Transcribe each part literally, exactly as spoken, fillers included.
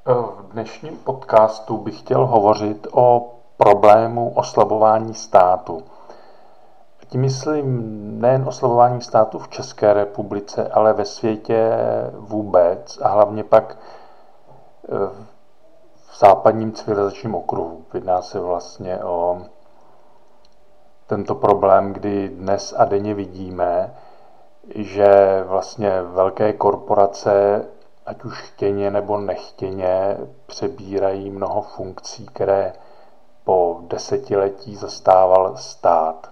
V dnešním podcastu bych chtěl hovořit o problému oslabování státu. Tím myslím nejen oslabování státu v České republice, ale ve světě vůbec a hlavně pak v západním civilizačním okruhu. Jedná se vlastně o tento problém, kdy dnes a denně vidíme, že vlastně velké korporace, ať už chtěně nebo nechtěně, přebírají mnoho funkcí, které po desetiletí zastával stát.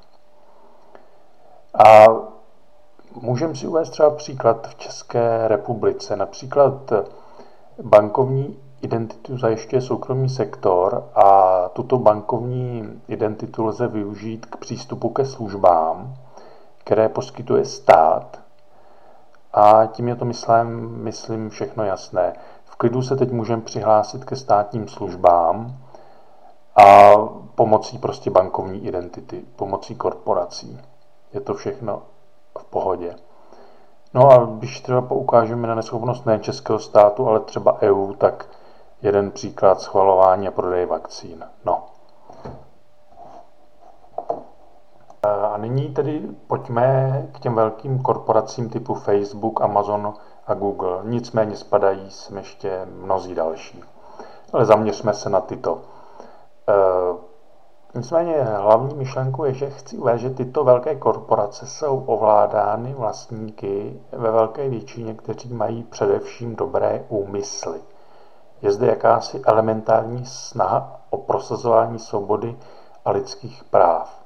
A můžeme si uvést třeba příklad v České republice. Například bankovní identitu zajišťuje soukromý sektor a tuto bankovní identitu lze využít k přístupu ke službám, které poskytuje stát. A tím je to, myslím, myslím všechno jasné. V klidu se teď můžeme přihlásit ke státním službám a pomocí prostě bankovní identity, pomocí korporací. Je to všechno v pohodě. No a když třeba poukážeme na neschopnost ne českého státu, ale třeba E U, tak jeden příklad: schvalování a prodej vakcín. No. A nyní tedy pojďme k těm velkým korporacím typu Facebook, Amazon a Google. Nicméně spadají sem ještě mnozí další. Ale zaměřme se na tyto. E, nicméně hlavní myšlenkou je, že chci uvést, že tyto velké korporace jsou ovládány vlastníky ve velké většině, kteří mají především dobré úmysly. Je zde jakási elementární snaha o prosazování svobody a lidských práv.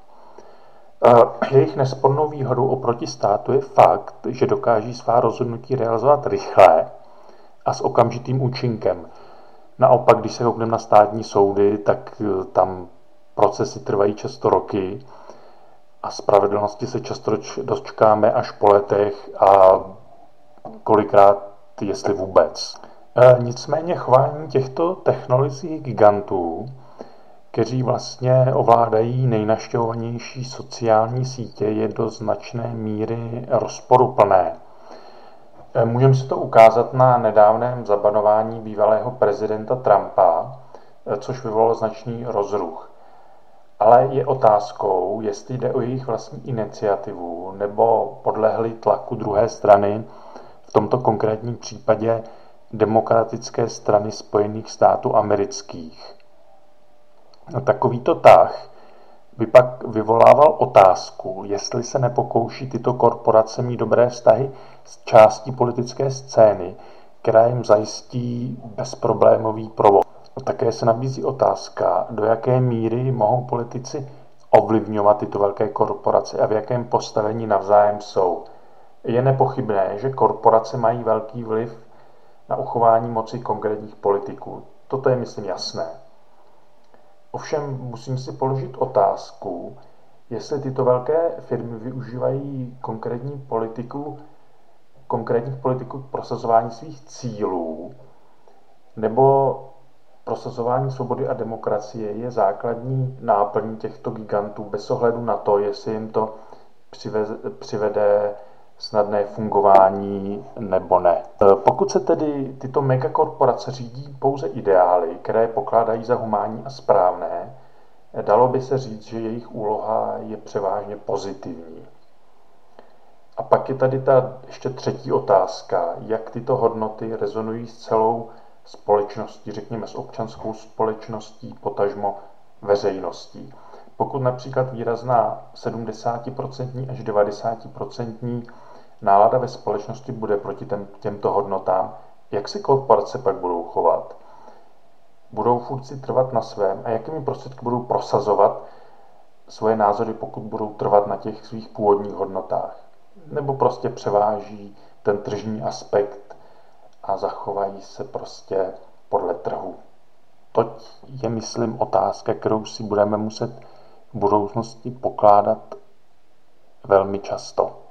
Jejich nespornou výhodou oproti státu je fakt, že dokáží svá rozhodnutí realizovat rychle a s okamžitým účinkem. Naopak, když se koukneme na státní soudy, tak tam procesy trvají často roky a spravedlnosti se často dočkáme až po letech a kolikrát, jestli vůbec. Nicméně chování těchto technologických gigantů, kteří vlastně ovládají nejnaštěvovanější sociální sítě, je do značné míry rozporuplné. Můžeme si to ukázat na nedávném zabanování bývalého prezidenta Trumpa, což vyvolalo značný rozruch. Ale je otázkou, jestli jde o jejich vlastní iniciativu nebo podlehli tlaku druhé strany, v tomto konkrétním případě Demokratické strany Spojených států amerických. Takovýto tah by pak vyvolával otázku, jestli se nepokouší tyto korporace mít dobré vztahy s částí politické scény, která jim zajistí bezproblémový provoz. Také se nabízí otázka, do jaké míry mohou politici ovlivňovat tyto velké korporace a v jakém postavení navzájem jsou. Je nepochybné, že korporace mají velký vliv na uchování moci konkrétních politiků. Toto je, myslím, jasné. Ovšem musím si položit otázku, jestli tyto velké firmy využívají konkrétní politiku, konkrétních politiků k prosazování svých cílů, nebo prosazování svobody a demokracie je základní náplní těchto gigantů bez ohledu na to, jestli jim to přivede snadné fungování nebo ne. Pokud se tedy tyto megakorporace řídí pouze ideály, které pokládají za humánní a správné, dalo by se říct, že jejich úloha je převážně pozitivní. A pak je tady ta ještě třetí otázka, jak tyto hodnoty rezonují s celou společností, řekněme s občanskou společností, potažmo veřejností. Pokud například výrazná sedmdesátiprocentní až devadesátiprocentní nálada ve společnosti bude proti těm, těmto hodnotám, jak se korporace pak budou chovat? Budou furt si trvat na svém a jakými prostředky budou prosazovat svoje názory, pokud budou trvat na těch svých původních hodnotách? Nebo prostě převáží ten tržní aspekt a zachovají se prostě podle trhu? To je, myslím, otázka, kterou si budeme muset v budoucnosti pokládat velmi často.